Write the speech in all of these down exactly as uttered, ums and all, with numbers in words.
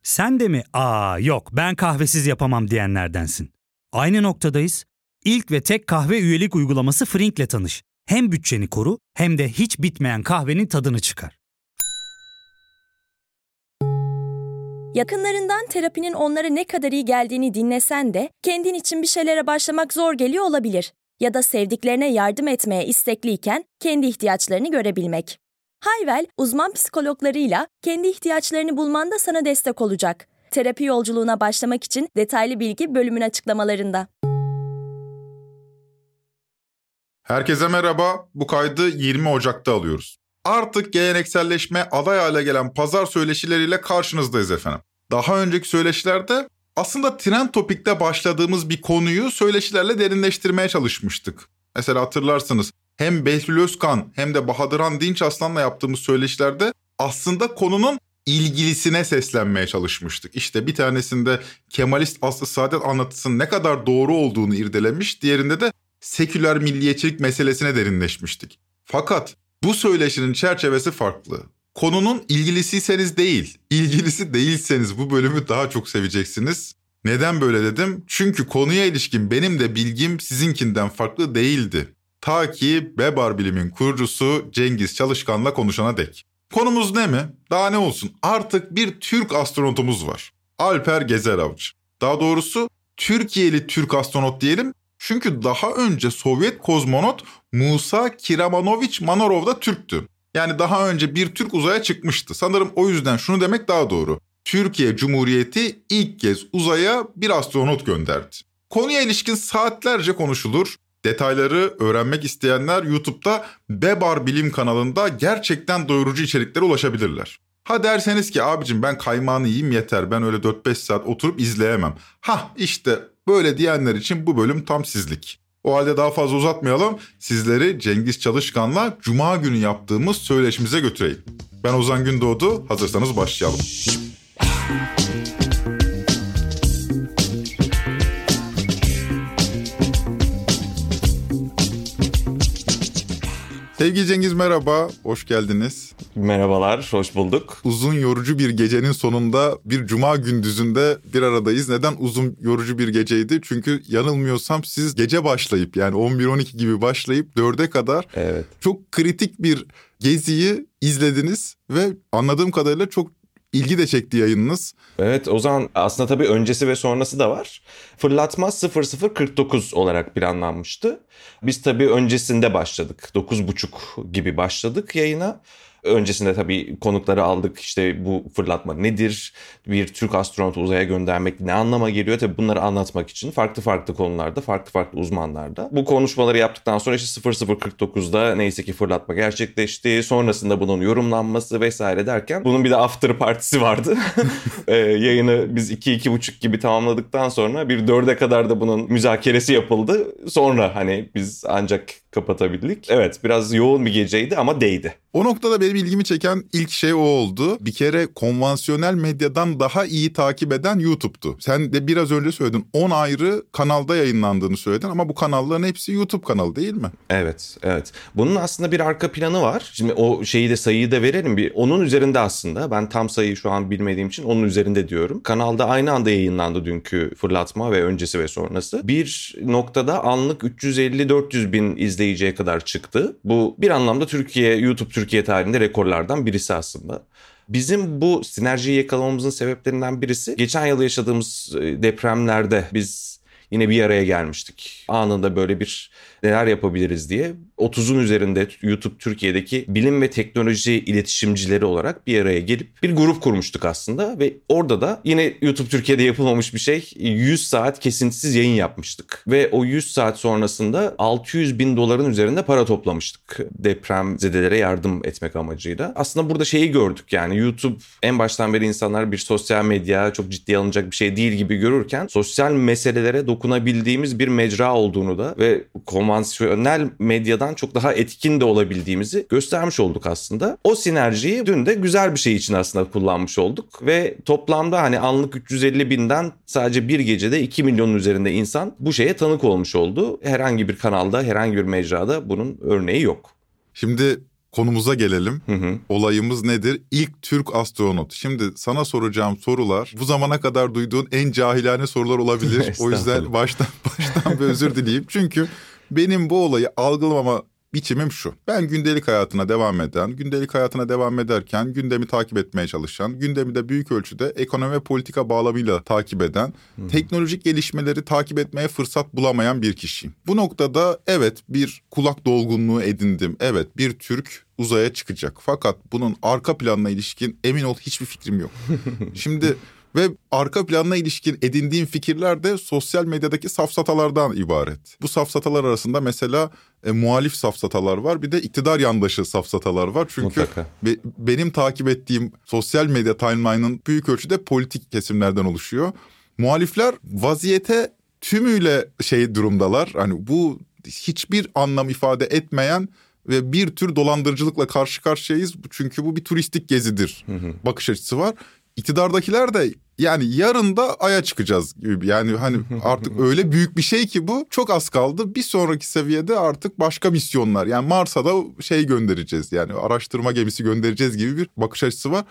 Sen de mi "Aa yok ben kahvesiz yapamam" diyenlerdensin? Aynı noktadayız. İlk ve tek kahve üyelik uygulaması Frink'le tanış. Hem bütçeni koru hem de hiç bitmeyen kahvenin tadını çıkar. Yakınlarından terapinin onlara ne kadar iyi geldiğini dinlesen de kendin için bir şeylere başlamak zor geliyor olabilir. Ya da sevdiklerine yardım etmeye istekliyken kendi ihtiyaçlarını görebilmek. Hayvel, uzman psikologlarıyla kendi ihtiyaçlarını bulmanda sana destek olacak. Terapi yolculuğuna başlamak için detaylı bilgi bölümün açıklamalarında. Herkese merhaba. Bu kaydı yirmi Ocak'ta alıyoruz. Artık gelenekselleşme aday hale gelen pazar söyleşileriyle karşınızdayız efendim. Daha önceki söyleşilerde aslında Trend Topik'te başladığımız bir konuyu söyleşilerle derinleştirmeye çalışmıştık. Mesela hatırlarsınız hem Behlül Özkan hem de Bahadırhan Dinçaslan'la yaptığımız söyleşilerde aslında konunun ilgilisine seslenmeye çalışmıştık. İşte bir tanesinde Kemalist Aslı Saadet anlatısının ne kadar doğru olduğunu irdelemiş, diğerinde de seküler milliyetçilik meselesine derinleşmiştik. Fakat bu söyleşinin çerçevesi farklı. Konunun ilgilisiyseniz değil, ilgilisi değilseniz bu bölümü daha çok seveceksiniz. Neden böyle dedim? Çünkü konuya ilişkin benim de bilgim sizinkinden farklı değildi. Ta ki Bebar Bilim'in kurucusu Cengiz Çalışkan'la konuşana dek. Konumuz ne mi? Daha ne olsun? Artık bir Türk astronotumuz var. Alper Gezer Avcı. Daha doğrusu Türkiye'li Türk astronot diyelim. Çünkü daha önce Sovyet kozmonot Musa Kiramanoviç Manorov da Türktü. Yani daha önce bir Türk uzaya çıkmıştı. Sanırım o yüzden şunu demek daha doğru. Türkiye Cumhuriyeti ilk kez uzaya bir astronot gönderdi. Konuya ilişkin saatlerce konuşulur. Detayları öğrenmek isteyenler YouTube'da Bebar Bilim kanalında gerçekten doyurucu içeriklere ulaşabilirler. Ha derseniz ki abicim ben kaymağını yiyeyim yeter, ben öyle dört beş saat oturup izleyemem. Ha işte böyle diyenler için bu bölüm tam sizlik. O halde daha fazla uzatmayalım. Sizleri Cengiz Çalışkan'la Cuma günü yaptığımız söyleşimize götüreyim. Ben Ozan Gündoğdu, hazırsanız başlayalım. Sevgili Cengiz merhaba, hoş geldiniz. Merhabalar, hoş bulduk. Uzun yorucu bir gecenin sonunda bir cuma gündüzünde bir aradayız. Neden uzun yorucu bir geceydi? Çünkü yanılmıyorsam siz gece başlayıp yani on bir on iki gibi başlayıp dörde kadar evet. çok kritik bir geziyi izlediniz ve anladığım kadarıyla çok ilgi de çekti yayınınız. Evet Ozan, aslında tabii öncesi ve sonrası da var. Fırlatma sıfır sıfır kırk dokuz olarak planlanmıştı. Biz tabii öncesinde başladık. dokuz buçuk gibi başladık yayına. Öncesinde tabii konukları aldık. İşte bu fırlatma nedir? Bir Türk astronotu uzaya göndermek ne anlama geliyor? Tabii bunları anlatmak için farklı farklı konularda, farklı farklı uzmanlarda. Bu konuşmaları yaptıktan sonra işte sıfır sıfır kırk dokuzda neyse ki fırlatma gerçekleşti. Sonrasında bunun yorumlanması vesaire derken bunun bir de after partisi vardı. e, yayını biz iki iki buçuk gibi tamamladıktan sonra bir dörde kadar da bunun müzakeresi yapıldı. Sonra hani biz ancak kapatabildik. Evet, biraz yoğun bir geceydi ama değdi. O noktada benim ilgimi çeken ilk şey o oldu. Bir kere konvansiyonel medyadan daha iyi takip eden YouTube'tu. Sen de biraz önce söyledin, on ayrı kanalda yayınlandığını söyledin ama bu kanalların hepsi YouTube kanalı değil mi? Evet, evet. Bunun aslında bir arka planı var. Şimdi o şeyi de sayıyı da verelim. Bir onun üzerinde aslında. Ben tam sayıyı şu an bilmediğim için onun üzerinde diyorum. Kanalda aynı anda yayınlandı dünkü fırlatma ve öncesi ve sonrası. Bir noktada anlık üç yüz elli dört yüz bin izleyiciye kadar çıktı. Bu bir anlamda Türkiye, YouTube Türkiye tarihinde rekorlardan birisi aslında. Bizim bu sinerjiyi yakalamamızın sebeplerinden birisi geçen yıl yaşadığımız depremlerde biz yine bir araya gelmiştik. Anında böyle bir neler yapabiliriz diye otuzun üzerinde YouTube Türkiye'deki bilim ve teknoloji iletişimcileri olarak bir araya gelip bir grup kurmuştuk aslında ve orada da yine YouTube Türkiye'de yapılmamış bir şey, yüz saat kesintisiz yayın yapmıştık ve o yüz saat sonrasında altı yüz bin doların üzerinde para toplamıştık depremzedelere yardım etmek amacıyla. Aslında burada şeyi gördük, yani YouTube en baştan beri insanlar bir sosyal medya çok ciddiye alınacak bir şey değil gibi görürken sosyal meselelere dokunabildiğimiz bir mecra olduğunu da ve konvansiyonel medyadan çok daha etkin de olabildiğimizi göstermiş olduk aslında. O sinerjiyi dün de güzel bir şey için aslında kullanmış olduk ve toplamda hani anlık üç yüz elli binden sadece bir gecede iki milyonun üzerinde insan bu şeye tanık olmuş oldu. Herhangi bir kanalda, herhangi bir mecrada bunun örneği yok. Şimdi konumuza gelelim. Hı hı. Olayımız nedir? İlk Türk astronot. Şimdi sana soracağım sorular bu zamana kadar duyduğun en cahilane sorular olabilir. O yüzden baştan baştan bir özür dileyeyim. Çünkü benim bu olayı algılamama biçimim şu. Ben gündelik hayatına devam eden, gündelik hayatına devam ederken gündemi takip etmeye çalışan, gündemi de büyük ölçüde ekonomi ve politika bağlamıyla takip eden, hmm. teknolojik gelişmeleri takip etmeye fırsat bulamayan bir kişiyim. Bu noktada evet bir kulak dolgunluğu edindim. Evet bir Türk uzaya çıkacak. Fakat bunun arka planına ilişkin emin ol hiçbir fikrim yok. Şimdi... Ve arka planına ilişkin edindiğim fikirler de sosyal medyadaki safsatalardan ibaret. Bu safsatalar arasında mesela e, muhalif safsatalar var, bir de iktidar yandaşı safsatalar var. Çünkü be, benim takip ettiğim sosyal medya timeline'ın büyük ölçüde politik kesimlerden oluşuyor. Muhalifler vaziyete tümüyle şey durumdalar. Hani bu hiçbir anlam ifade etmeyen ve bir tür dolandırıcılıkla karşı karşıyayız. Çünkü bu bir turistik gezidir hı hı. bakış açısı var. İktidardakiler de yani yarın da Ay'a çıkacağız gibi. Yani hani artık öyle büyük bir şey ki bu. Çok az kaldı. Bir sonraki seviyede artık başka misyonlar. Yani Mars'a da şey göndereceğiz. Yani araştırma gemisi göndereceğiz gibi bir bakış açısı var.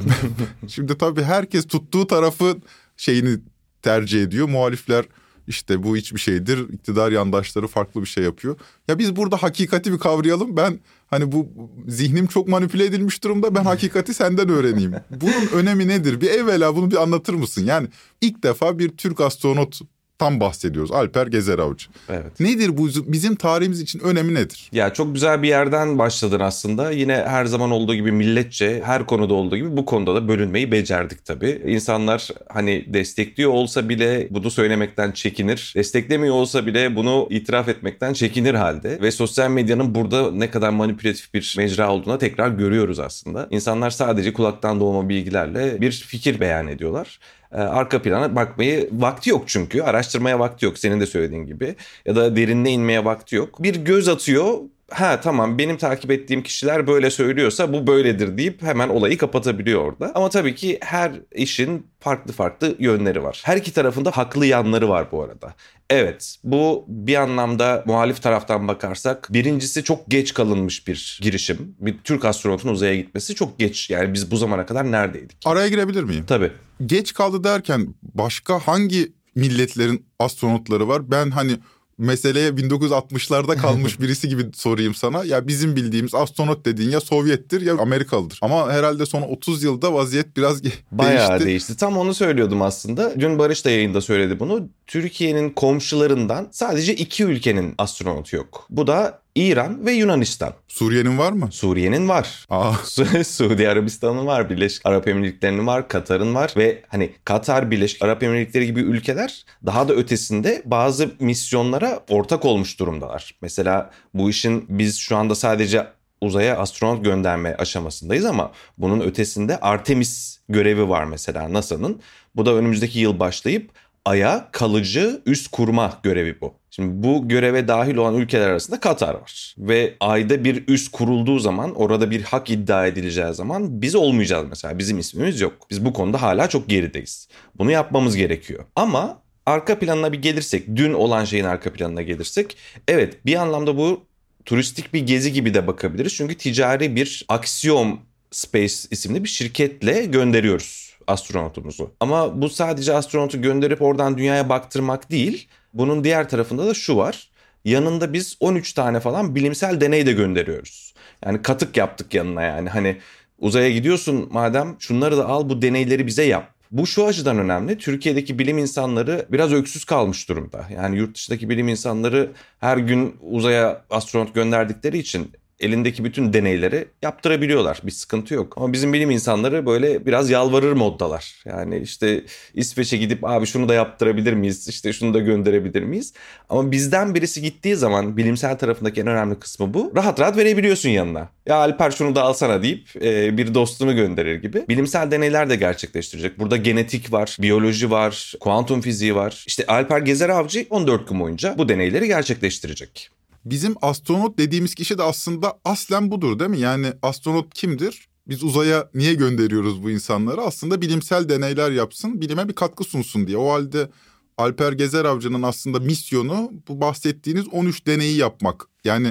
Şimdi tabii herkes tuttuğu tarafın şeyini tercih ediyor. Muhalifler işte bu hiçbir şeydir. İktidar yandaşları farklı bir şey yapıyor. Ya biz burada hakikati bir kavrayalım. Ben hani bu zihnim çok manipüle edilmiş durumda. Ben hakikati senden öğreneyim. Bunun önemi nedir? Bir evvela bunu bir anlatır mısın? Yani ilk defa bir Türk astronot tam bahsediyoruz. Alper Gezer Avcı. Evet. Nedir bu bizim tarihimiz için önemi nedir? Ya çok güzel bir yerden başladın aslında. Yine her zaman olduğu gibi milletçe her konuda olduğu gibi bu konuda da bölünmeyi becerdik tabii. İnsanlar hani destekliyor olsa bile bunu söylemekten çekinir. Desteklemiyor olsa bile bunu itiraf etmekten çekinir halde. Ve sosyal medyanın burada ne kadar manipülatif bir mecra olduğuna tekrar görüyoruz aslında. İnsanlar sadece kulaktan dolma bilgilerle bir fikir beyan ediyorlar. Arka plana bakmayı vakti yok çünkü. Araştırmaya vakti yok senin de söylediğin gibi. Ya da derinine inmeye vakti yok. Bir göz atıyor. Ha tamam benim takip ettiğim kişiler böyle söylüyorsa bu böyledir deyip hemen olayı kapatabiliyor orada. Ama tabii ki her işin farklı farklı yönleri var. Her iki tarafında haklı yanları var bu arada. Evet bu bir anlamda muhalif taraftan bakarsak birincisi çok geç kalınmış bir girişim. Bir Türk astronotun uzaya gitmesi çok geç. Yani biz bu zamana kadar neredeydik? Araya girebilir miyim? Tabii. Geç kaldı derken başka hangi milletlerin astronotları var? Ben hani meseleye bin dokuz yüz altmışlarda kalmış birisi gibi sorayım sana. Ya bizim bildiğimiz astronot dediğin ya Sovyettir ya Amerikalıdır. Ama herhalde son otuz yılda vaziyet biraz değişti. Bayağı değişti. Tam onu söylüyordum aslında. Dün Barış da yayında söyledi bunu. Türkiye'nin komşularından sadece iki ülkenin astronotu yok. Bu da İran ve Yunanistan. Suriye'nin var mı? Suriye'nin var. Aa. Suudi Arabistan'ın var. Birleşik Arap Emirlikleri'nin var. Katar'ın var. Ve hani Katar, Birleşik Arap Emirlikleri gibi ülkeler daha da ötesinde bazı misyonlara ortak olmuş durumdalar. Mesela bu işin biz şu anda sadece uzaya astronot gönderme aşamasındayız ama bunun ötesinde Artemis görevi var mesela NASA'nın. Bu da önümüzdeki yıl başlayıp Ay'a kalıcı üs kurma görevi bu. Şimdi bu göreve dahil olan ülkeler arasında Katar var. Ve Ay'da bir üs kurulduğu zaman, orada bir hak iddia edileceği zaman biz olmayacağız mesela. Bizim ismimiz yok. Biz bu konuda hala çok gerideyiz. Bunu yapmamız gerekiyor. Ama arka planına bir gelirsek, dün olan şeyin arka planına gelirsek, evet bir anlamda bu turistik bir gezi gibi de bakabiliriz. Çünkü ticari bir Axiom Space isimli bir şirketle gönderiyoruz astronotumuzu. Ama bu sadece astronotu gönderip oradan dünyaya baktırmak değil. Bunun diğer tarafında da şu var. Yanında biz on üç tane falan bilimsel deney de gönderiyoruz. Yani katık yaptık yanına yani. Hani uzaya gidiyorsun madem şunları da al, bu deneyleri bize yap. Bu şu açıdan önemli. Türkiye'deki bilim insanları biraz öksüz kalmış durumda. Yani yurt dışındaki bilim insanları her gün uzaya astronot gönderdikleri için elindeki bütün deneyleri yaptırabiliyorlar. Bir sıkıntı yok. Ama bizim bilim insanları böyle biraz yalvarır moddalar. Yani işte İsveç'e gidip abi şunu da yaptırabilir miyiz? İşte şunu da gönderebilir miyiz? Ama bizden birisi gittiği zaman bilimsel tarafındaki en önemli kısmı bu. Rahat rahat verebiliyorsun yanına. Ya Alper şunu da alsana deyip e, bir dostunu gönderir gibi. Bilimsel deneyler de gerçekleştirecek. Burada genetik var, biyoloji var, kuantum fiziği var. İşte Alper Gezer Avcı on dört gün boyunca bu deneyleri gerçekleştirecek. Bizim astronot dediğimiz kişi de aslında aslen budur değil mi? Yani astronot kimdir? Biz uzaya niye gönderiyoruz bu insanları? Aslında bilimsel deneyler yapsın, bilime bir katkı sunsun diye. O halde Alper Gezer Avcı'nın aslında misyonu bu bahsettiğiniz on üç deneyi yapmak. Yani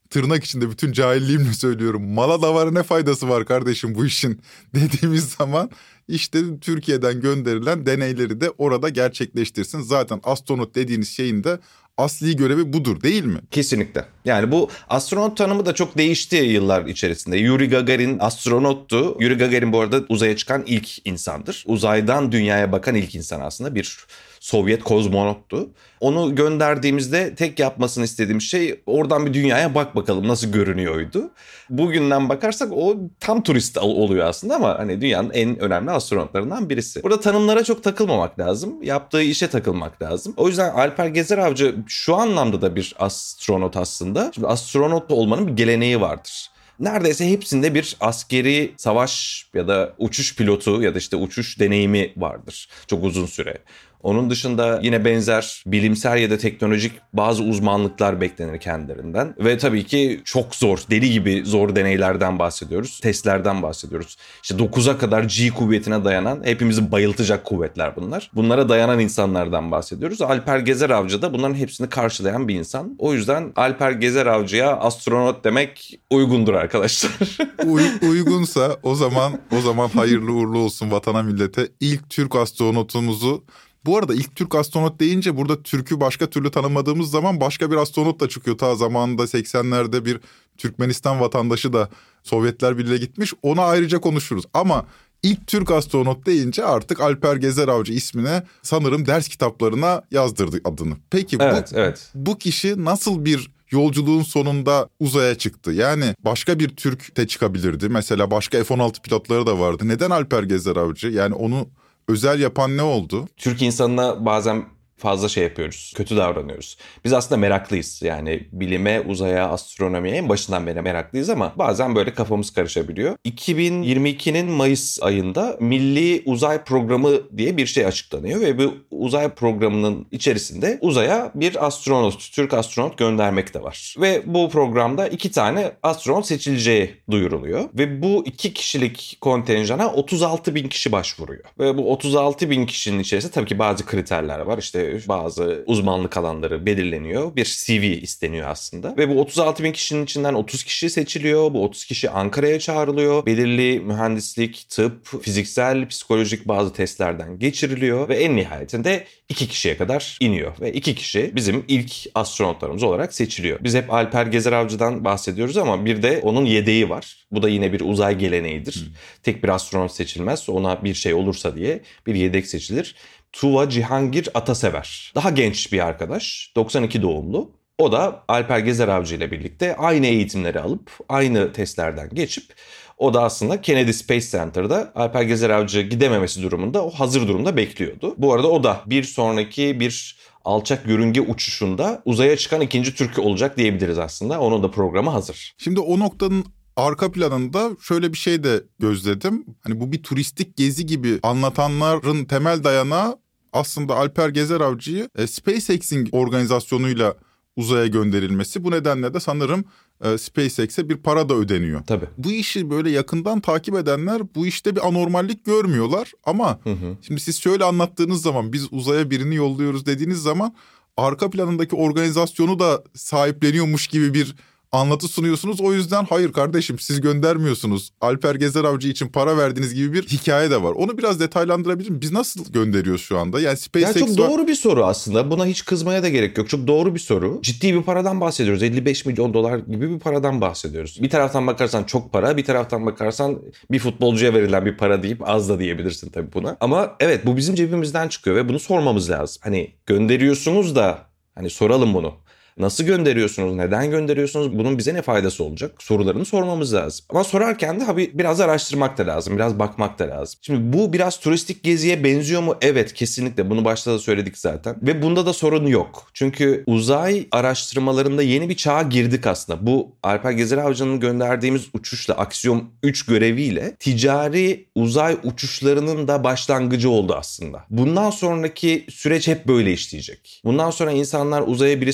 tırnak içinde bütün cahilliğimle söylüyorum. Mala davara ne faydası var kardeşim bu işin dediğimiz zaman işte Türkiye'den gönderilen deneyleri de orada gerçekleştirsin. Zaten astronot dediğiniz şeyin de asli görevi budur değil mi? Kesinlikle. Yani bu astronot tanımı da çok değişti yıllar içerisinde. Yuri Gagarin astronottu. Yuri Gagarin bu arada uzaya çıkan ilk insandır. Uzaydan dünyaya bakan ilk insan aslında, bir Sovyet kozmonottu. Onu gönderdiğimizde tek yapmasını istediğim şey oradan bir dünyaya bak bakalım nasıl görünüyordu. Bugünden bakarsak o tam turist oluyor aslında ama hani dünyanın en önemli astronotlarından birisi. Burada tanımlara çok takılmamak lazım. Yaptığı işe takılmak lazım. O yüzden Alper Gezer Avcı şu anlamda da bir astronot aslında. Şimdi astronot olmanın bir geleneği vardır. Neredeyse hepsinde bir askeri savaş ya da uçuş pilotu ya da işte uçuş deneyimi vardır çok uzun süre. Onun dışında yine benzer bilimsel ya da teknolojik bazı uzmanlıklar beklenir kendilerinden. Ve tabii ki çok zor, deli gibi zor deneylerden bahsediyoruz. Testlerden bahsediyoruz. İşte dokuza kadar G kuvvetine dayanan, hepimizi bayıltacak kuvvetler bunlar. Bunlara dayanan insanlardan bahsediyoruz. Alper Gezer Avcı da bunların hepsini karşılayan bir insan. O yüzden Alper Gezer Avcı'ya astronot demek uygundur arkadaşlar. Uy- uygunsa o zaman o zaman hayırlı uğurlu olsun vatana millete. İlk Türk astronotumuzu. Bu arada ilk Türk astronot deyince burada Türk'ü başka türlü tanımadığımız zaman başka bir astronot da çıkıyor. Ta zamanında seksenlerde bir Türkmenistan vatandaşı da Sovyetler Birliği'ne gitmiş. Ona ayrıca konuşuruz. Ama ilk Türk astronot deyince artık Alper Gezer Avcı ismine sanırım ders kitaplarına yazdırdı adını. Peki evet, bu, evet. bu kişi nasıl bir yolculuğun sonunda uzaya çıktı? Yani başka bir Türk de çıkabilirdi. Mesela başka F on altı pilotları da vardı. Neden Alper Gezer Avcı? Yani onu özel yapan ne oldu? Türk insanına bazen fazla şey yapıyoruz, kötü davranıyoruz. Biz aslında meraklıyız. Yani bilime, uzaya, astronomiye en başından beri meraklıyız ama bazen böyle kafamız karışabiliyor. iki bin yirmi ikinin Mayıs ayında Milli Uzay Programı diye bir şey açıklanıyor ve bu uzay programının içerisinde uzaya bir astronot, Türk astronot göndermek de var. Ve bu programda iki tane astronot seçileceği duyuruluyor. Ve bu iki kişilik kontenjana otuz altı bin kişi başvuruyor. Ve bu otuz altı bin kişinin içerisinde tabii ki bazı kriterler var. İşte bazı uzmanlık alanları belirleniyor. Bir C V isteniyor aslında. Ve bu otuz altı bin kişinin içinden otuz kişi seçiliyor. Bu otuz kişi Ankara'ya çağrılıyor. Belirli mühendislik, tıp, fiziksel, psikolojik bazı testlerden geçiriliyor. Ve en nihayetinde iki kişiye kadar iniyor. Ve iki kişi bizim ilk astronotlarımız olarak seçiliyor. Biz hep Alper Gezer Avcı'dan bahsediyoruz ama bir de onun yedeği var. Bu da yine bir uzay geleneğidir. Hmm. Tek bir astronot seçilmez. Ona bir şey olursa diye bir yedek seçilir. Tuva Cihangir Atasever. Daha genç bir arkadaş. doksan iki doğumlu. O da Alper Gezer Avcı ile birlikte aynı eğitimleri alıp aynı testlerden geçip o da aslında Kennedy Space Center'da Alper Gezer Avcı gidememesi durumunda o hazır durumda bekliyordu. Bu arada o da bir sonraki bir alçak yörünge uçuşunda uzaya çıkan ikinci Türk olacak diyebiliriz aslında. Onun da programı hazır. Şimdi o noktanın arka planında şöyle bir şey de gözledim. Hani bu bir turistik gezi gibi anlatanların temel dayanağı aslında Alper Gezer Avcı'yı e, SpaceX'in organizasyonuyla uzaya gönderilmesi. Bu nedenle de sanırım e, SpaceX'e bir para da ödeniyor. Tabii. Bu işi böyle yakından takip edenler bu işte bir anormallik görmüyorlar. Ama hı hı. Şimdi siz şöyle anlattığınız zaman biz uzaya birini yolluyoruz dediğiniz zaman arka planındaki organizasyonu da sahipleniyormuş gibi bir anlatı sunuyorsunuz. O yüzden hayır kardeşim siz göndermiyorsunuz. Alper Gezer Avcı için para verdiğiniz gibi bir hikaye de var. Onu biraz detaylandırabilir miyim? Biz nasıl gönderiyoruz şu anda? Yani SpaceX ya çok doğru bir soru aslında. Buna hiç kızmaya da gerek yok. Çok doğru bir soru. Ciddi bir paradan bahsediyoruz. elli beş milyon dolar gibi bir paradan bahsediyoruz. Bir taraftan bakarsan çok para, bir taraftan bakarsan bir futbolcuya verilen bir para deyip az da diyebilirsin tabii buna. Ama evet bu bizim cebimizden çıkıyor ve bunu sormamız lazım. Hani gönderiyorsunuz da hani soralım bunu. Nasıl gönderiyorsunuz? Neden gönderiyorsunuz? Bunun bize ne faydası olacak? Sorularını sormamız lazım. Ama sorarken de abi biraz araştırmak da lazım. Biraz bakmak da lazım. Şimdi bu biraz turistik geziye benziyor mu? Evet kesinlikle. Bunu başta da söyledik zaten. Ve bunda da sorun yok. Çünkü uzay araştırmalarında yeni bir çağa girdik aslında. Bu Alper Gezer Avcı'nın gönderdiğimiz uçuşla Aksiyon üç göreviyle ticari uzay uçuşlarının da başlangıcı oldu aslında. Bundan sonraki süreç hep böyle işleyecek. Bundan sonra insanlar uzaya birisini gönder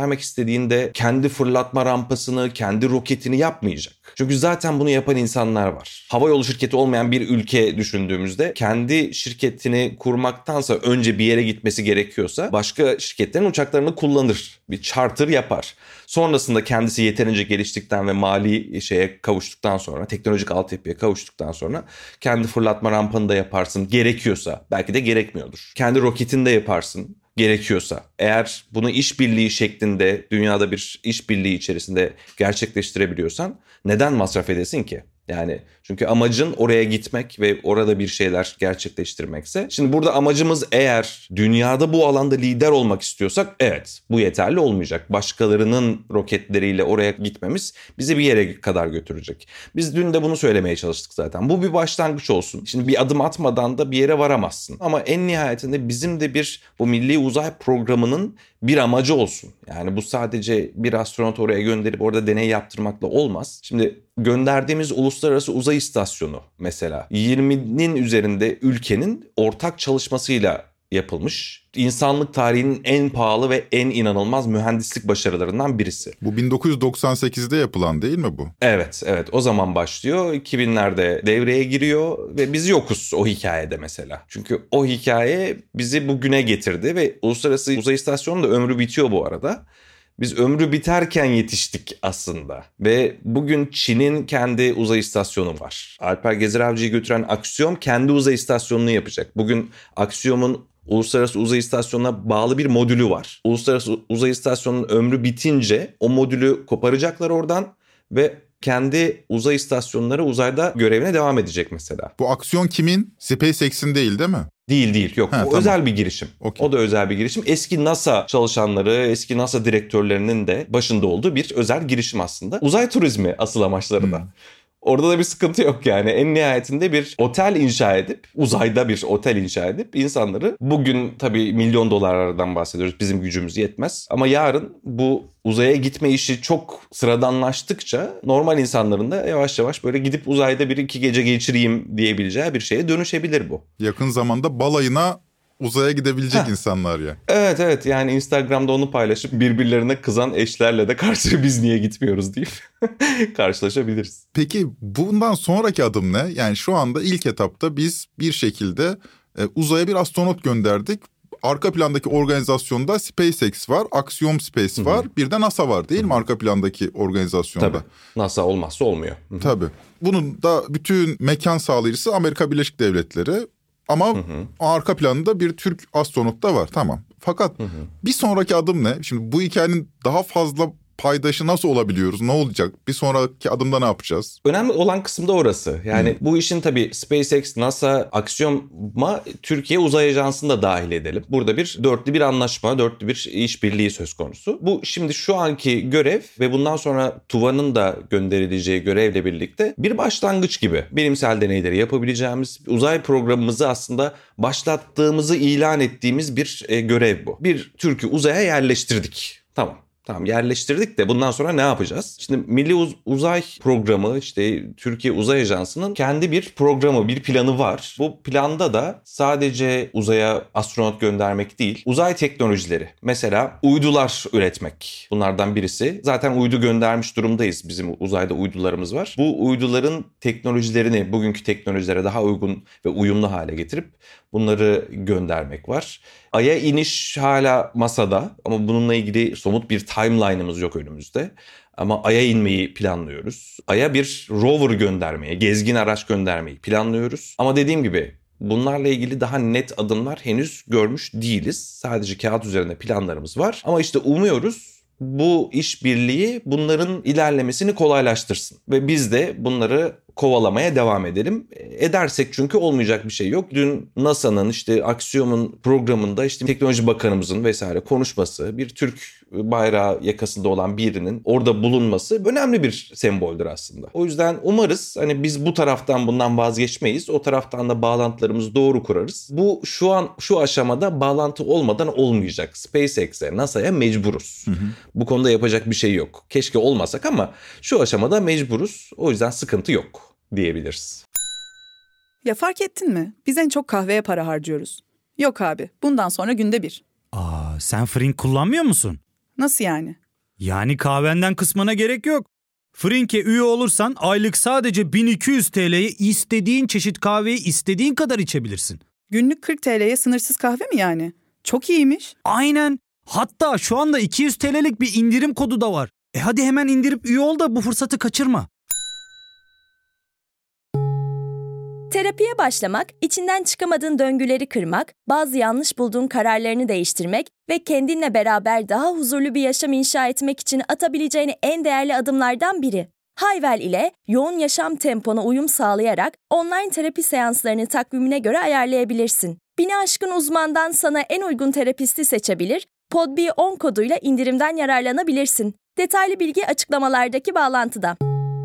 göndermek istediğinde kendi fırlatma rampasını, kendi roketini yapmayacak. Çünkü zaten bunu yapan insanlar var. Havayolu şirketi olmayan bir ülke düşündüğümüzde kendi şirketini kurmaktansa önce bir yere gitmesi gerekiyorsa başka şirketlerin uçaklarını kullanır. Bir charter yapar. Sonrasında kendisi yeterince geliştikten ve mali şeye kavuştuktan sonra, teknolojik altyapıya kavuştuktan sonra kendi fırlatma rampanı da yaparsın gerekiyorsa. Belki de gerekmiyordur. Kendi roketini de yaparsın gerekiyorsa. Eğer bunu işbirliği şeklinde, dünyada bir işbirliği içerisinde gerçekleştirebiliyorsan neden masraf edesin ki? Yani çünkü amacın oraya gitmek ve orada bir şeyler gerçekleştirmekse. Şimdi burada amacımız eğer dünyada bu alanda lider olmak istiyorsak evet bu yeterli olmayacak. Başkalarının roketleriyle oraya gitmemiz bizi bir yere kadar götürecek. Biz dün de bunu söylemeye çalıştık zaten. Bu bir başlangıç olsun. Şimdi bir adım atmadan da bir yere varamazsın. Ama en nihayetinde bizim de bir bu Milli Uzay Programı'nın bir amacı olsun. Yani bu sadece bir astronot oraya gönderip orada deney yaptırmakla olmaz. Şimdi gönderdiğimiz Uluslararası Uzay İstasyonu mesela yirminin üzerinde ülkenin ortak çalışmasıyla yapılmış. İnsanlık tarihinin en pahalı ve en inanılmaz mühendislik başarılarından birisi. Bu bin dokuz yüz doksan sekizde yapılan değil mi bu? Evet, evet. O zaman başlıyor. iki binlerde devreye giriyor ve biz yokuz o hikayede mesela. Çünkü o hikaye bizi bugüne getirdi ve Uluslararası Uzay İstasyonu da ömrü bitiyor bu arada. Biz ömrü biterken yetiştik aslında. Ve bugün Çin'in kendi uzay istasyonu var. Alper Gezer Avcı'yı götüren Axiom kendi uzay istasyonunu yapacak. Bugün Axiom'un Uluslararası Uzay İstasyonu'na bağlı bir modülü var. Uluslararası Uzay İstasyonu'nun ömrü bitince o modülü koparacaklar oradan ve kendi uzay istasyonları uzayda görevine devam edecek mesela. Bu aksiyon kimin? SpaceX'in değil değil mi? Değil değil yok. Ha, o tamam. Özel bir girişim. Okay. O da özel bir girişim. Eski NASA çalışanları, eski NASA direktörlerinin de başında olduğu bir özel girişim aslında. Uzay turizmi asıl amaçları da. Hmm. Orada da bir sıkıntı yok yani. En nihayetinde bir otel inşa edip, uzayda bir otel inşa edip insanları bugün tabii milyon dolarlardan bahsediyoruz. Bizim gücümüz yetmez. Ama yarın bu uzaya gitme işi çok sıradanlaştıkça normal insanların da yavaş yavaş böyle gidip uzayda bir iki gece geçireyim diyebileceği bir şeye dönüşebilir bu. Yakın zamanda balayına uzaya gidebilecek Heh. insanlar ya. Evet evet yani Instagram'da onu paylaşıp birbirlerine kızan eşlerle de karşı biz niye gitmiyoruz deyip karşılaşabiliriz. Peki bundan sonraki adım ne? Yani şu anda ilk etapta biz bir şekilde e, uzaya bir astronot gönderdik. Arka plandaki organizasyonda SpaceX var, Axiom Space Hı-hı. var, bir de NASA var değil Hı-hı. mi arka plandaki organizasyonda? Tabii. NASA olmazsa olmuyor. Hı-hı. Tabii. Bunun da bütün mekan sağlayıcısı Amerika Birleşik Devletleri. Ama hı hı. arka planında bir Türk astronot da var. Tamam. Fakat hı hı. bir sonraki adım ne? Şimdi bu hikayenin daha fazla paydaşı nasıl olabiliyoruz? Ne olacak? Bir sonraki adımda ne yapacağız? Önemli olan kısım da orası. Yani hmm. bu işin tabii SpaceX, NASA, Axiom'a Türkiye Uzay Ajansı'nı da dahil edelim. Burada bir dörtlü bir anlaşma, dörtlü bir işbirliği söz konusu. Bu şimdi şu anki görev ve bundan sonra TUVA'nın da gönderileceği görevle birlikte bir başlangıç gibi. Bilimsel deneyleri yapabileceğimiz, uzay programımızı aslında başlattığımızı ilan ettiğimiz bir e, görev bu. Bir Türk'ü uzaya yerleştirdik. Tamam. Tamam yerleştirdik de bundan sonra ne yapacağız? Şimdi Milli Uz- Uzay Programı işte Türkiye Uzay Ajansı'nın kendi bir programı, bir planı var. Bu planda da sadece uzaya astronot göndermek değil, uzay teknolojileri. Mesela uydular üretmek. Bunlardan birisi. Zaten uydu göndermiş durumdayız. Bizim uzayda uydularımız var. Bu uyduların teknolojilerini bugünkü teknolojilere daha uygun ve uyumlu hale getirip bunları göndermek var. Ay'a iniş hala masada ama bununla ilgili somut bir timeline'ımız yok önümüzde. Ama Ay'a inmeyi planlıyoruz. Ay'a bir rover göndermeyi, gezgin araç göndermeyi planlıyoruz. Ama dediğim gibi bunlarla ilgili daha net adımlar henüz görmüş değiliz. Sadece kağıt üzerinde planlarımız var. Ama işte umuyoruz bu işbirliği bunların ilerlemesini kolaylaştırsın. Ve biz de bunları kovalamaya devam edelim. Edersek çünkü olmayacak bir şey yok. Dün NASA'nın işte Axiom'un programında işte Teknoloji Bakanımızın vesaire konuşması, bir Türk bayrağı yakasında olan birinin orada bulunması önemli bir semboldür aslında. O yüzden umarız hani biz bu taraftan bundan vazgeçmeyiz. O taraftan da bağlantılarımızı doğru kurarız. Bu şu an şu aşamada bağlantı olmadan olmayacak. SpaceX'e, NASA'ya mecburuz. Hı hı. Bu konuda yapacak bir şey yok. Keşke olmasak ama şu aşamada mecburuz. O yüzden sıkıntı yok diyebiliriz. Ya fark ettin mi? Biz en çok kahveye para harcıyoruz. Yok abi, bundan sonra günde bir. Aa, sen Frink kullanmıyor musun? Nasıl yani? Yani kahvenden kısmına gerek yok. Frink'e üye olursan aylık sadece bin iki yüz T L'ye istediğin çeşit kahveyi istediğin kadar içebilirsin. Günlük kırk T L'ye sınırsız kahve mi yani? Çok iyiymiş. Aynen. Hatta şu anda iki yüz T L'lik bir indirim kodu da var. E hadi hemen indirip üye ol da bu fırsatı kaçırma. Terapiye başlamak, içinden çıkamadığın döngüleri kırmak, bazı yanlış bulduğun kararlarını değiştirmek ve kendinle beraber daha huzurlu bir yaşam inşa etmek için atabileceğin en değerli adımlardan biri. Hayvel ile yoğun yaşam tempona uyum sağlayarak online terapi seanslarını takvimine göre ayarlayabilirsin. Bini aşkın uzmandan sana en uygun terapisti seçebilir, Podb on koduyla indirimden yararlanabilirsin. Detaylı bilgi açıklamalardaki bağlantıda.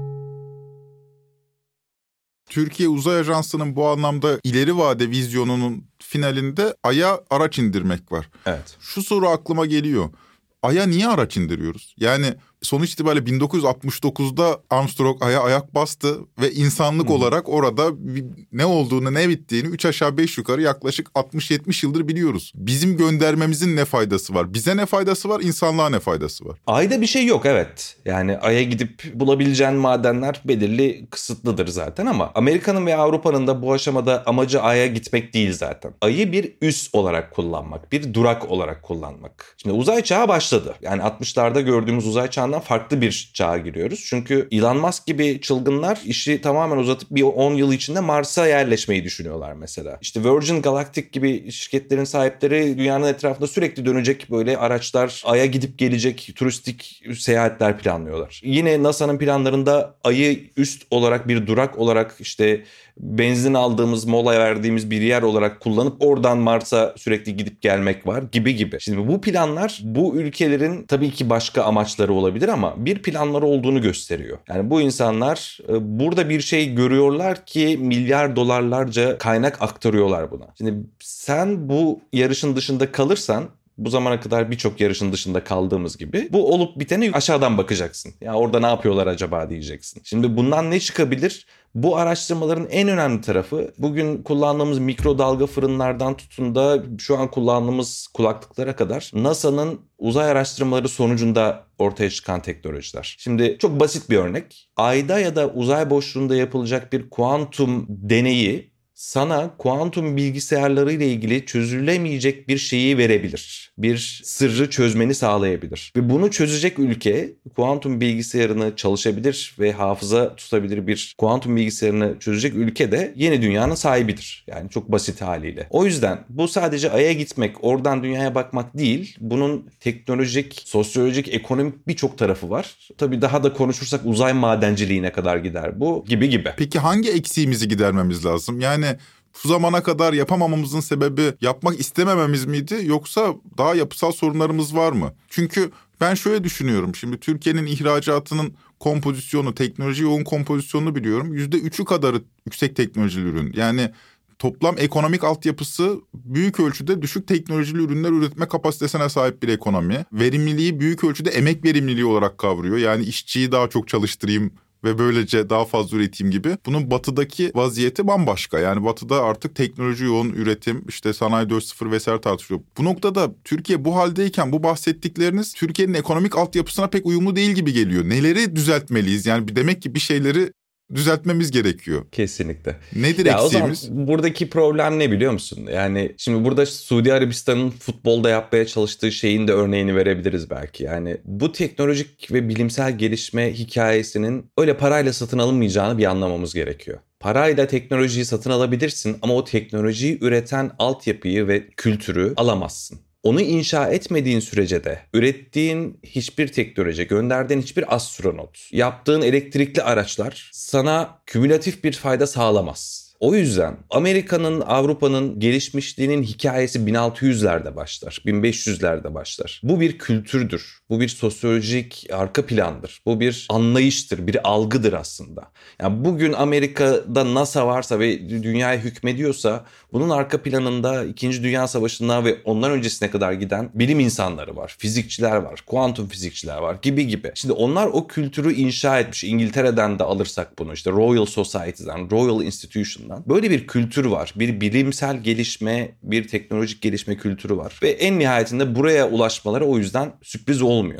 Türkiye Uzay Ajansı'nın bu anlamda ileri vade vizyonunun finalinde Ay'a araç indirmek var. Evet. Şu soru aklıma geliyor. Ay'a niye araç indiriyoruz? Yani sonuç itibariyle bin dokuz yüz altmış dokuzda Armstrong Ay'a ayak bastı ve insanlık hmm. olarak orada ne olduğunu ne bittiğini üç aşağı beş yukarı yaklaşık altmış yetmiş yıldır biliyoruz. Bizim göndermemizin ne faydası var? Bize ne faydası var? İnsanlığa ne faydası var? Ay'da bir şey yok, evet. Yani Ay'a gidip bulabileceğin madenler belirli, kısıtlıdır zaten ama Amerika'nın ve Avrupa'nın da bu aşamada amacı Ay'a gitmek değil zaten. Ay'ı bir üs olarak kullanmak, bir durak olarak kullanmak. Şimdi uzay çağı başladı. Yani altmışlarda gördüğümüz uzay çağından farklı bir çağa giriyoruz. Çünkü Elon Musk gibi çılgınlar işi tamamen uzatıp bir on yıl içinde Mars'a yerleşmeyi düşünüyorlar mesela. İşte Virgin Galactic gibi şirketlerin sahipleri dünyanın etrafında sürekli dönecek böyle araçlar, Ay'a gidip gelecek turistik seyahatler planlıyorlar. Yine NASA'nın planlarında Ay'ı üst olarak bir durak olarak işte benzin aldığımız, mola verdiğimiz bir yer olarak kullanıp oradan Mars'a sürekli gidip gelmek var gibi gibi. Şimdi bu planlar bu ülkelerin tabii ki başka amaçları olabilir ama bir planları olduğunu gösteriyor. Yani bu insanlar burada bir şey görüyorlar ki milyar dolarlarca kaynak aktarıyorlar buna. Şimdi sen bu yarışın dışında kalırsan, bu zamana kadar birçok yarışın dışında kaldığımız gibi bu olup biteni aşağıdan bakacaksın. Ya orada ne yapıyorlar acaba diyeceksin. Şimdi bundan ne çıkabilir? Bu araştırmaların en önemli tarafı bugün kullandığımız mikrodalga fırınlardan tutun da şu an kullandığımız kulaklıklara kadar NASA'nın uzay araştırmaları sonucunda ortaya çıkan teknolojiler. Şimdi çok basit bir örnek. Ayda ya da uzay boşluğunda yapılacak bir kuantum deneyi sana kuantum bilgisayarları ile ilgili çözülemeyecek bir şeyi verebilir. Bir sırrı çözmeni sağlayabilir. Ve bunu çözecek ülke kuantum bilgisayarını çalışabilir ve hafıza tutabilir bir kuantum bilgisayarını çözecek ülke de yeni dünyanın sahibidir. Yani çok basit haliyle. O yüzden bu sadece Ay'a gitmek, oradan dünyaya bakmak değil. Bunun teknolojik, sosyolojik, ekonomik birçok tarafı var. Tabii daha da konuşursak uzay madenciliğine kadar gider bu gibi gibi. Peki hangi eksiğimizi gidermemiz lazım? Yani şu zamana kadar yapamamamızın sebebi yapmak istemememiz miydi yoksa daha yapısal sorunlarımız var mı? Çünkü ben şöyle düşünüyorum. Şimdi Türkiye'nin ihracatının kompozisyonu, teknoloji yoğun kompozisyonunu biliyorum. yüzde üçü kadarı yüksek teknolojili ürün. Yani toplam ekonomik altyapısı büyük ölçüde düşük teknolojili ürünler üretme kapasitesine sahip bir ekonomi. Verimliliği büyük ölçüde emek verimliliği olarak kavruyor. Yani işçiyi daha çok çalıştırayım ve böylece daha fazla üreteyim gibi. Bunun batıdaki vaziyeti bambaşka. Yani batıda artık teknoloji yoğun üretim, işte sanayi dört nokta sıfır vesaire tartışılıyor. Bu noktada Türkiye bu haldeyken bu bahsettikleriniz Türkiye'nin ekonomik altyapısına pek uyumlu değil gibi geliyor. Neleri düzeltmeliyiz? Yani demek ki bir şeyleri düzeltmemiz gerekiyor. Kesinlikle. Nedir ya eksiğimiz? O zaman buradaki problem ne biliyor musun? Yani şimdi burada Suudi Arabistan'ın futbolda yapmaya çalıştığı şeyin de örneğini verebiliriz belki. Yani bu teknolojik ve bilimsel gelişme hikayesinin öyle parayla satın alınmayacağını bir anlamamız gerekiyor. Parayla teknolojiyi satın alabilirsin ama o teknolojiyi üreten altyapıyı ve kültürü alamazsın. Onu inşa etmediğin sürece de ürettiğin hiçbir teknoloji, gönderdiğin hiçbir astronot, yaptığın elektrikli araçlar sana kümülatif bir fayda sağlamaz. O yüzden Amerika'nın, Avrupa'nın gelişmişliğinin hikayesi bin altı yüzlerde başlar, bin beş yüzlerde başlar. Bu bir kültürdür, bu bir sosyolojik arka plandır, bu bir anlayıştır, bir algıdır aslında. Yani bugün Amerika'da NASA varsa ve dünyaya hükmediyorsa bunun arka planında İkinci Dünya Savaşı'ndan ve ondan öncesine kadar giden bilim insanları var, fizikçiler var, kuantum fizikçiler var gibi gibi. Şimdi onlar o kültürü inşa etmiş. İngiltere'den de alırsak bunu, işte Royal Society'den, Royal Institution'dan böyle bir kültür var. Bir bilimsel gelişme, bir teknolojik gelişme kültürü var. Ve en nihayetinde buraya ulaşmaları o yüzden sürpriz olmuyor.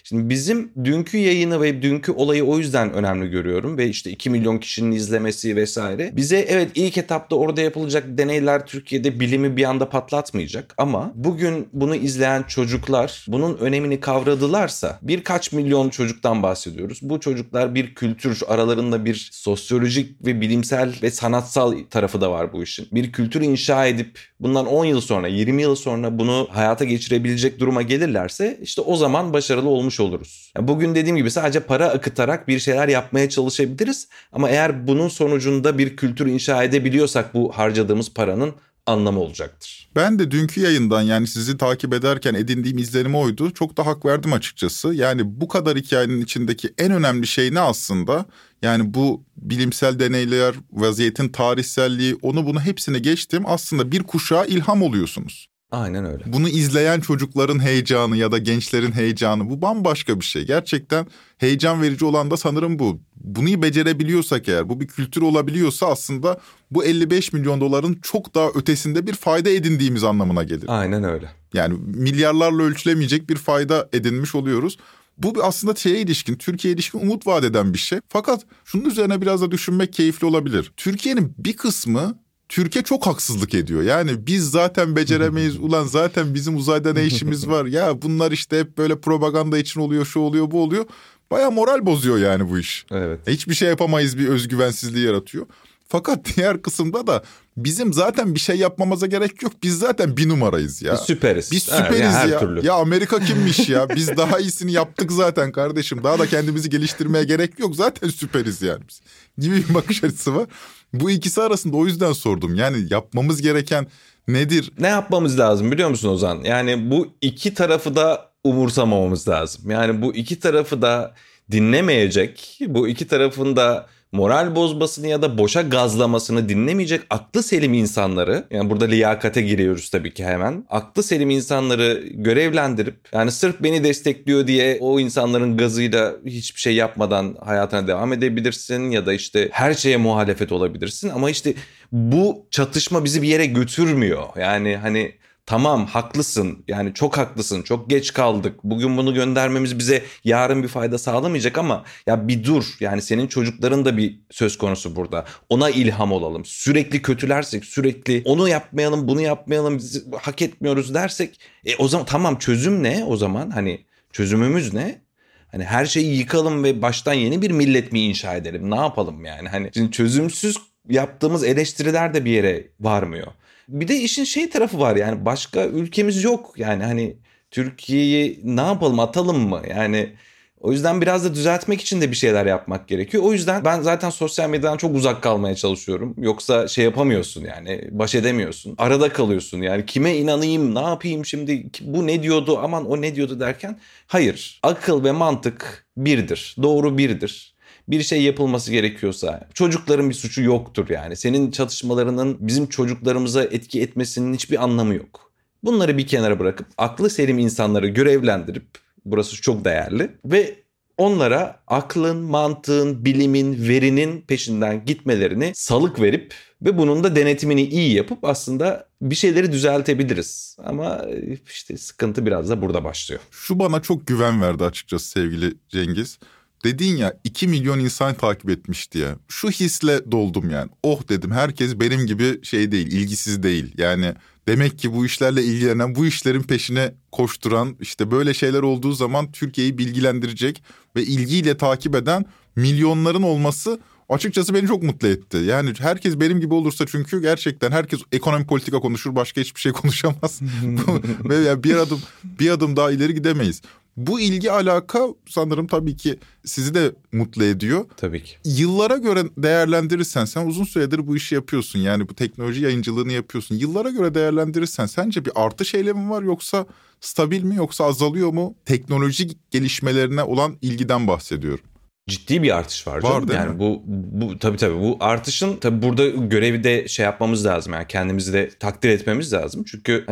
Şimdi bizim dünkü yayını ve dünkü olayı o yüzden önemli görüyorum ve işte iki milyon kişinin izlemesi vesaire. Bize evet ilk etapta orada yapılacak deneyler Türkiye'de bilimi bir anda patlatmayacak ama bugün bunu izleyen çocuklar bunun önemini kavradılarsa birkaç milyon çocuktan bahsediyoruz. Bu çocuklar bir kültür, aralarında bir sosyolojik ve bilimsel ve sanatsal tarafı da var bu işin. Bir kültür inşa edip bundan on yıl sonra, yirmi yıl sonra bunu hayata geçirebilecek duruma gelirlerse işte o zaman başarılı olmuş oluruz. Yani bugün dediğim gibi sadece para akıtarak bir şeyler yapmaya çalışabiliriz ama eğer bunun sonucunda bir kültür inşa edebiliyorsak bu harcadığımız paranın anlamı olacaktır. Ben de dünkü yayından yani sizi takip ederken edindiğim izlenim oydu. Çok da hak verdim açıkçası. Yani bu kadar hikayenin içindeki en önemli şey ne aslında? Yani bu bilimsel deneyler, vaziyetin tarihselliği, onu bunu hepsini geçtim. Aslında bir kuşağa ilham oluyorsunuz. Aynen öyle. Bunu izleyen çocukların heyecanı ya da gençlerin heyecanı, bu bambaşka bir şey. Gerçekten heyecan verici olan da sanırım bu. Bunu becerebiliyorsak eğer, bu bir kültür olabiliyorsa aslında bu elli beş milyon doların çok daha ötesinde bir fayda edindiğimiz anlamına gelir. Aynen öyle. Yani milyarlarla ölçülemeyecek bir fayda edinmiş oluyoruz. Bu aslında şeye ilişkin, Türkiye'ye ilişkin umut vaat eden bir şey. Fakat şunun üzerine biraz da düşünmek keyifli olabilir. Türkiye'nin bir kısmı Türkiye çok haksızlık ediyor. Yani biz zaten beceremeyiz. Ulan zaten bizim uzayda ne işimiz var? Ya bunlar işte hep böyle propaganda için oluyor, şu oluyor, bu oluyor. Baya moral bozuyor yani bu iş. Evet. Hiçbir şey yapamayız, bir özgüvensizliği yaratıyor. Fakat diğer kısımda da bizim zaten bir şey yapmamıza gerek yok. Biz zaten bir numarayız ya. Biz süperiz. Biz süperiz evet, her ya. Türlü. Ya Amerika kimmiş ya? Biz daha iyisini yaptık zaten kardeşim. Daha da kendimizi geliştirmeye gerek yok. Zaten süperiz yani biz. Gibi bir bakış açısı var. Bu ikisi arasında o yüzden sordum. Yani yapmamız gereken nedir? Ne yapmamız lazım biliyor musun Ozan? Yani bu iki tarafı da umursamamamız lazım. Yani bu iki tarafı da dinlemeyecek, bu iki tarafın da moral bozmasını ya da boşa gazlamasını dinlemeyecek aklı selim insanları, yani burada liyakate giriyoruz tabii ki hemen. Aklı selim insanları görevlendirip, yani sırf beni destekliyor diye o insanların gazıyla hiçbir şey yapmadan hayatına devam edebilirsin ya da işte her şeye muhalefet olabilirsin ama işte bu çatışma bizi bir yere götürmüyor. Yani hani tamam haklısın, yani çok haklısın, çok geç kaldık, bugün bunu göndermemiz bize yarın bir fayda sağlamayacak ama ya bir dur, yani senin çocukların da bir söz konusu burada, ona ilham olalım. Sürekli kötülersek, sürekli onu yapmayalım, bunu yapmayalım, biz hak etmiyoruz dersek e o zaman tamam, çözüm ne o zaman, hani çözümümüz ne? Hani her şeyi yıkalım ve baştan yeni bir millet mi inşa edelim, ne yapalım yani? Hani şimdi çözümsüz yaptığımız eleştiriler de bir yere varmıyor. Bir de işin şey tarafı var, yani başka ülkemiz yok. Yani hani Türkiye'yi ne yapalım, atalım mı? Yani o yüzden biraz da düzeltmek için de bir şeyler yapmak gerekiyor. O yüzden ben zaten sosyal medyadan çok uzak kalmaya çalışıyorum. Yoksa şey yapamıyorsun, yani baş edemiyorsun. Arada kalıyorsun, yani kime inanayım, ne yapayım şimdi, bu ne diyordu, aman o ne diyordu derken. Hayır, akıl ve mantık birdir, doğru birdir. Bir şey yapılması gerekiyorsa çocukların bir suçu yoktur yani. Senin çatışmalarının bizim çocuklarımıza etki etmesinin hiçbir anlamı yok. Bunları bir kenara bırakıp aklı selim insanları görevlendirip, burası çok değerli, ve onlara aklın, mantığın, bilimin, verinin peşinden gitmelerini salık verip ve bunun da denetimini iyi yapıp aslında bir şeyleri düzeltebiliriz. Ama işte sıkıntı biraz da burada başlıyor. Şu bana çok güven verdi açıkçası sevgili Cengiz. Dedin ya iki milyon insan takip etmiş diye. Şu hisle doldum yani. Oh dedim, herkes benim gibi şey değil, ilgisiz değil. Yani demek ki bu işlerle ilgilenen, bu işlerin peşine koşturan, işte böyle şeyler olduğu zaman Türkiye'yi bilgilendirecek ve ilgiyle takip eden milyonların olması açıkçası beni çok mutlu etti. Yani herkes benim gibi olursa, çünkü gerçekten herkes ekonomi politika konuşur, başka hiçbir şey konuşamaz. Ve yani bir adım bir adım daha ileri gidemeyiz. Bu ilgi alaka sanırım tabii ki sizi de mutlu ediyor. Tabii ki. Yıllara göre değerlendirirsen, sen uzun süredir bu işi yapıyorsun. Yani bu teknoloji yayıncılığını yapıyorsun. Yıllara göre değerlendirirsen sence bir artış eğilimi mi var, yoksa stabil mi, yoksa azalıyor mu? Teknolojik gelişmelerine olan ilgiden bahsediyorum. Ciddi bir artış var, var canım. Yani mi? bu bu tabii tabii bu artışın tabii burada görevi de şey yapmamız lazım. Yani kendimizi de takdir etmemiz lazım. Çünkü hani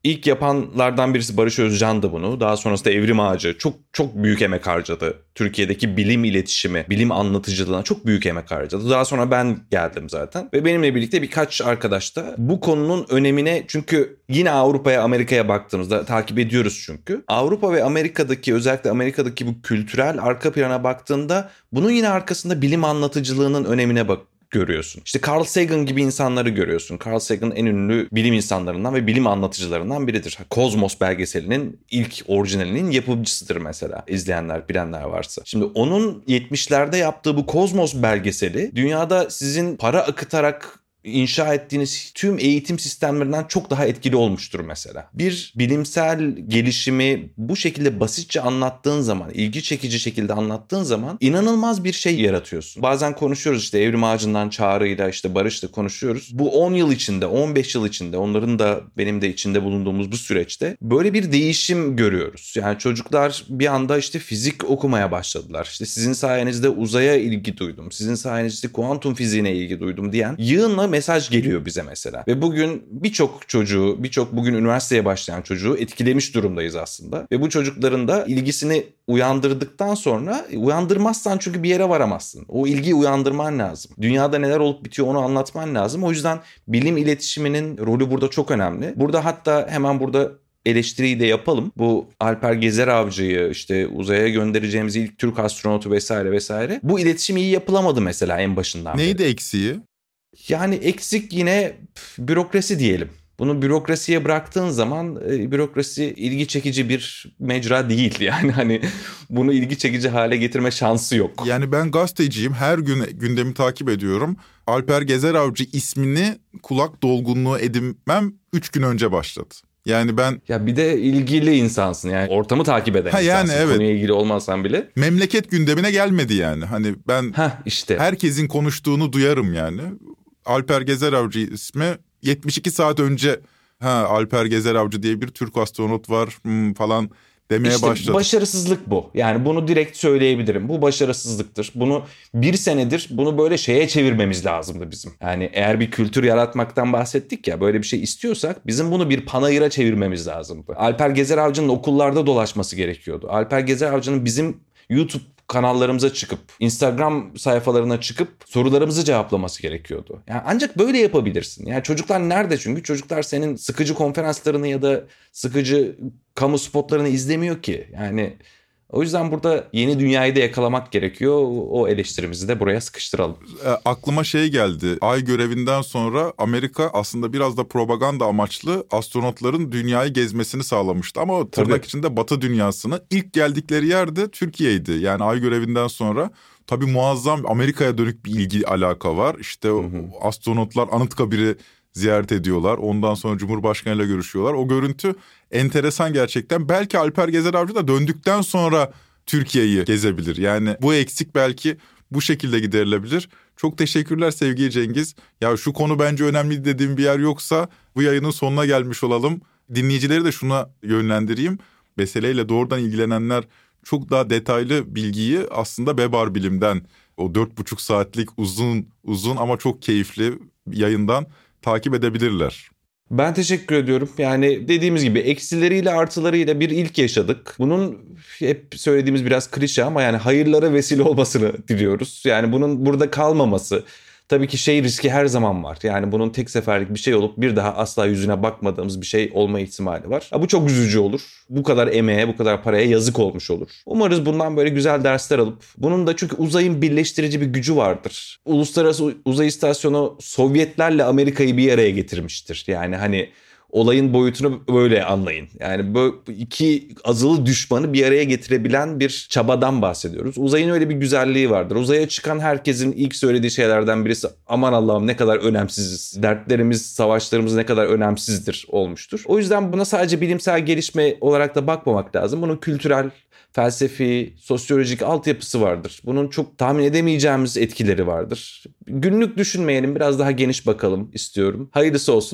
İlk yapanlardan birisi Barış Özcan'dı bunu. Daha sonrasında Evrim Ağacı çok çok büyük emek harcadı. Türkiye'deki bilim iletişimi, bilim anlatıcılığına çok büyük emek harcadı. Daha sonra ben geldim zaten. Ve benimle birlikte birkaç arkadaş da bu konunun önemine, çünkü yine Avrupa'ya, Amerika'ya baktığımızda takip ediyoruz çünkü. Avrupa ve Amerika'daki, özellikle Amerika'daki bu kültürel arka plana baktığında bunun yine arkasında bilim anlatıcılığının önemine bak. görüyorsun. İşte Carl Sagan gibi insanları görüyorsun. Carl Sagan en ünlü bilim insanlarından ve bilim anlatıcılarından biridir. Kozmos belgeselinin ilk orijinalinin yapımcısıdır mesela. İzleyenler, bilenler varsa. Şimdi onun yetmişlerde yaptığı bu Kozmos belgeseli dünyada sizin para akıtarak inşa ettiğiniz tüm eğitim sistemlerinden çok daha etkili olmuştur mesela. Bir bilimsel gelişimi bu şekilde basitçe anlattığın zaman, ilgi çekici şekilde anlattığın zaman inanılmaz bir şey yaratıyorsun. Bazen konuşuyoruz işte Evrim Ağacı'ndan Çağrı'yla, işte Barış'la konuşuyoruz. Bu on yıl içinde, on beş yıl içinde, onların da benim de içinde bulunduğumuz bu süreçte böyle bir değişim görüyoruz. Yani çocuklar bir anda işte fizik okumaya başladılar. İşte sizin sayenizde uzaya ilgi duydum, sizin sayenizde kuantum fiziğine ilgi duydum diyen yığınla mesaj geliyor bize mesela. Ve bugün birçok çocuğu, birçok bugün üniversiteye başlayan çocuğu etkilemiş durumdayız aslında. Ve bu çocukların da ilgisini uyandırdıktan sonra, uyandırmazsan çünkü bir yere varamazsın. O ilgiyi uyandırman lazım. Dünyada neler olup bitiyor onu anlatman lazım. O yüzden bilim iletişiminin rolü burada çok önemli. Burada hatta hemen burada eleştiriyi de yapalım. Bu Alper Gezer Avcı'yı, işte uzaya göndereceğimiz ilk Türk astronotu vesaire vesaire. Bu iletişim iyi yapılamadı mesela en başından Neydi beri. eksiği? Yani eksik yine bürokrasi diyelim. Bunu bürokrasiye bıraktığın zaman e, bürokrasi ilgi çekici bir mecra değil. Yani hani bunu ilgi çekici hale getirme şansı yok. Yani ben gazeteciyim. Her gün gündemi takip ediyorum. Alper Gezer Avcı ismini kulak dolgunluğu edinmem üç gün önce başladı. Yani ben... Ya bir de ilgili insansın yani ortamı takip eden ha yani insansın. Evet. Konuya ilgili olmasan bile. Memleket gündemine gelmedi yani. Hani ben Heh, işte. herkesin konuştuğunu duyarım yani. Alper Gezer Avcı ismi yetmiş iki saat önce ha Alper Gezer Avcı diye bir Türk astronot var hmm, falan demeye işte başladı. Başarısızlık bu. Yani bunu direkt söyleyebilirim. Bu başarısızlıktır. Bunu bir senedir bunu böyle şeye çevirmemiz lazımdı bizim. Yani eğer bir kültür yaratmaktan bahsettik ya, böyle bir şey istiyorsak bizim bunu bir panayıra çevirmemiz lazımdı. Alper Gezer Avcı'nın okullarda dolaşması gerekiyordu. Alper Gezer Avcı'nın bizim YouTube kanallarımıza çıkıp, Instagram sayfalarına çıkıp sorularımızı cevaplaması gerekiyordu. Yani ancak böyle yapabilirsin. Yani çocuklar nerede çünkü? Çocuklar senin sıkıcı konferanslarını ya da sıkıcı kamu spotlarını izlemiyor ki. Yani o yüzden burada yeni dünyayı da yakalamak gerekiyor. O eleştirimizi de buraya sıkıştıralım. E, aklıma şey geldi. Ay görevinden sonra Amerika aslında biraz da propaganda amaçlı astronotların dünyayı gezmesini sağlamıştı. Ama o tırnak Tabii. içinde Batı dünyasını ilk geldikleri yerde Türkiye'ydi. Yani ay görevinden sonra tabii muazzam Amerika'ya dönük bir ilgi alaka var. İşte hı hı. astronotlar Anıtkabir'i ziyaret ediyorlar. Ondan sonra Cumhurbaşkanıyla görüşüyorlar. O görüntü enteresan gerçekten. Belki Alper Gezer Avcı da döndükten sonra Türkiye'yi gezebilir. Yani bu eksik belki bu şekilde giderilebilir. Çok teşekkürler sevgili Cengiz. Ya şu konu bence önemli dediğim bir yer yoksa bu yayının sonuna gelmiş olalım. Dinleyicileri de şuna yönlendireyim. Meseleyle doğrudan ilgilenenler çok daha detaylı bilgiyi aslında Bebar Bilim'den, o dört buçuk saatlik uzun uzun ama çok keyifli yayından takip edebilirler. Ben teşekkür ediyorum. Yani dediğimiz gibi eksileriyle artılarıyla bir ilk yaşadık. Bunun hep söylediğimiz biraz klişe ama yani hayırlara vesile olmasını diliyoruz. Yani bunun burada kalmaması. Tabii ki şey riski her zaman var. Yani bunun tek seferlik bir şey olup bir daha asla yüzüne bakmadığımız bir şey olma ihtimali var. Ya bu çok üzücü olur. Bu kadar emeğe, bu kadar paraya yazık olmuş olur. Umarız bundan böyle güzel dersler alıp, bunun da çünkü uzayın birleştirici bir gücü vardır. Uluslararası Uzay İstasyonu Sovyetlerle Amerika'yı bir araya getirmiştir. Yani hani olayın boyutunu böyle anlayın. Yani bu iki azılı düşmanı bir araya getirebilen bir çabadan bahsediyoruz. Uzayın öyle bir güzelliği vardır. Uzaya çıkan herkesin ilk söylediği şeylerden birisi aman Allah'ım ne kadar önemsiziz. Dertlerimiz, savaşlarımız ne kadar önemsizdir olmuştur. O yüzden buna sadece bilimsel gelişme olarak da bakmamak lazım. Bunun kültürel, felsefi, sosyolojik altyapısı vardır. Bunun çok tahmin edemeyeceğimiz etkileri vardır. Günlük düşünmeyelim, biraz daha geniş bakalım istiyorum. Hayırlısı olsun.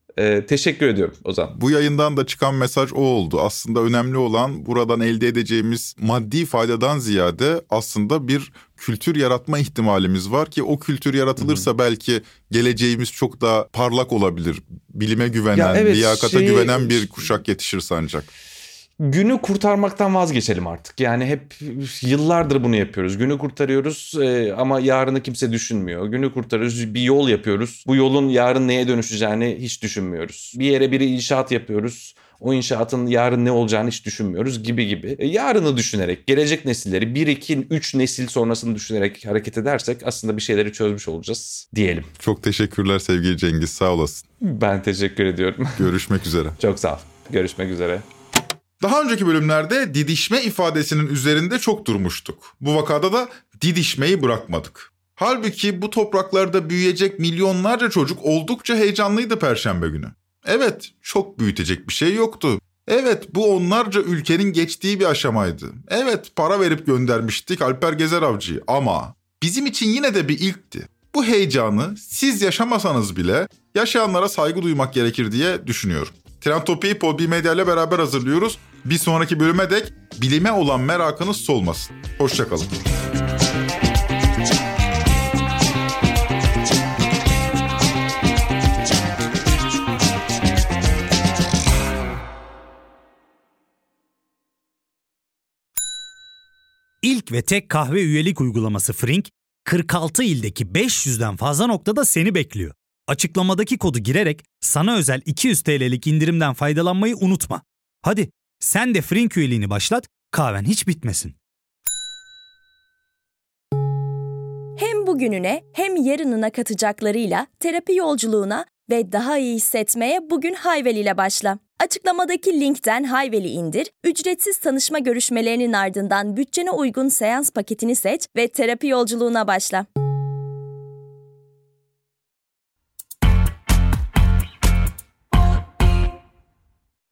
Ee, teşekkür ediyorum o zaman. Bu yayından da çıkan mesaj o oldu. Aslında önemli olan buradan elde edeceğimiz maddi faydadan ziyade aslında bir kültür yaratma ihtimalimiz var ki o kültür yaratılırsa Hı-hı. belki geleceğimiz çok daha parlak olabilir. Bilime güvenen, evet, liyakata şey... güvenen bir kuşak yetişir sancak. Günü kurtarmaktan vazgeçelim artık. Yani hep yıllardır bunu yapıyoruz. Günü kurtarıyoruz e, ama yarını kimse düşünmüyor. Günü kurtarıyoruz, bir yol yapıyoruz. Bu yolun yarın neye dönüşeceğini hiç düşünmüyoruz. Bir yere bir inşaat yapıyoruz. O inşaatın yarın ne olacağını hiç düşünmüyoruz gibi gibi. E, yarını düşünerek, gelecek nesilleri bir, iki, üç nesil sonrasını düşünerek hareket edersek aslında bir şeyleri çözmüş olacağız diyelim. Çok teşekkürler sevgili Cengiz, sağ olasın. Ben teşekkür ediyorum. Görüşmek üzere. Çok sağ ol. Görüşmek üzere. Daha önceki bölümlerde didişme ifadesinin üzerinde çok durmuştuk. Bu vakada da didişmeyi bırakmadık. Halbuki bu topraklarda büyüyecek milyonlarca çocuk oldukça heyecanlıydı Perşembe günü. Evet, çok büyütecek bir şey yoktu. Evet, bu onlarca ülkenin geçtiği bir aşamaydı. Evet, para verip göndermiştik Alper Gezer Avcı'yı ama bizim için yine de bir ilkti. Bu heyecanı siz yaşamasanız bile yaşayanlara saygı duymak gerekir diye düşünüyorum. Trend Topi'yi Podbi Medya ile beraber hazırlıyoruz. Bir sonraki bölüme dek bilime olan merakınız solmasın. Hoşçakalın. İlk ve tek kahve üyelik uygulaması Frink, kırk altı ildeki beş yüzden fazla noktada seni bekliyor. Açıklamadaki kodu girerek sana özel iki yüz TL'lik indirimden faydalanmayı unutma. Hadi sen de Frink üyeliğini başlat, kahven hiç bitmesin. Hem bugününe hem yarınına katacaklarıyla terapi yolculuğuna ve daha iyi hissetmeye bugün Hayvel ile başla. Açıklamadaki linkten Hayvel'i indir, ücretsiz tanışma görüşmelerinin ardından bütçene uygun seans paketini seç ve terapi yolculuğuna başla.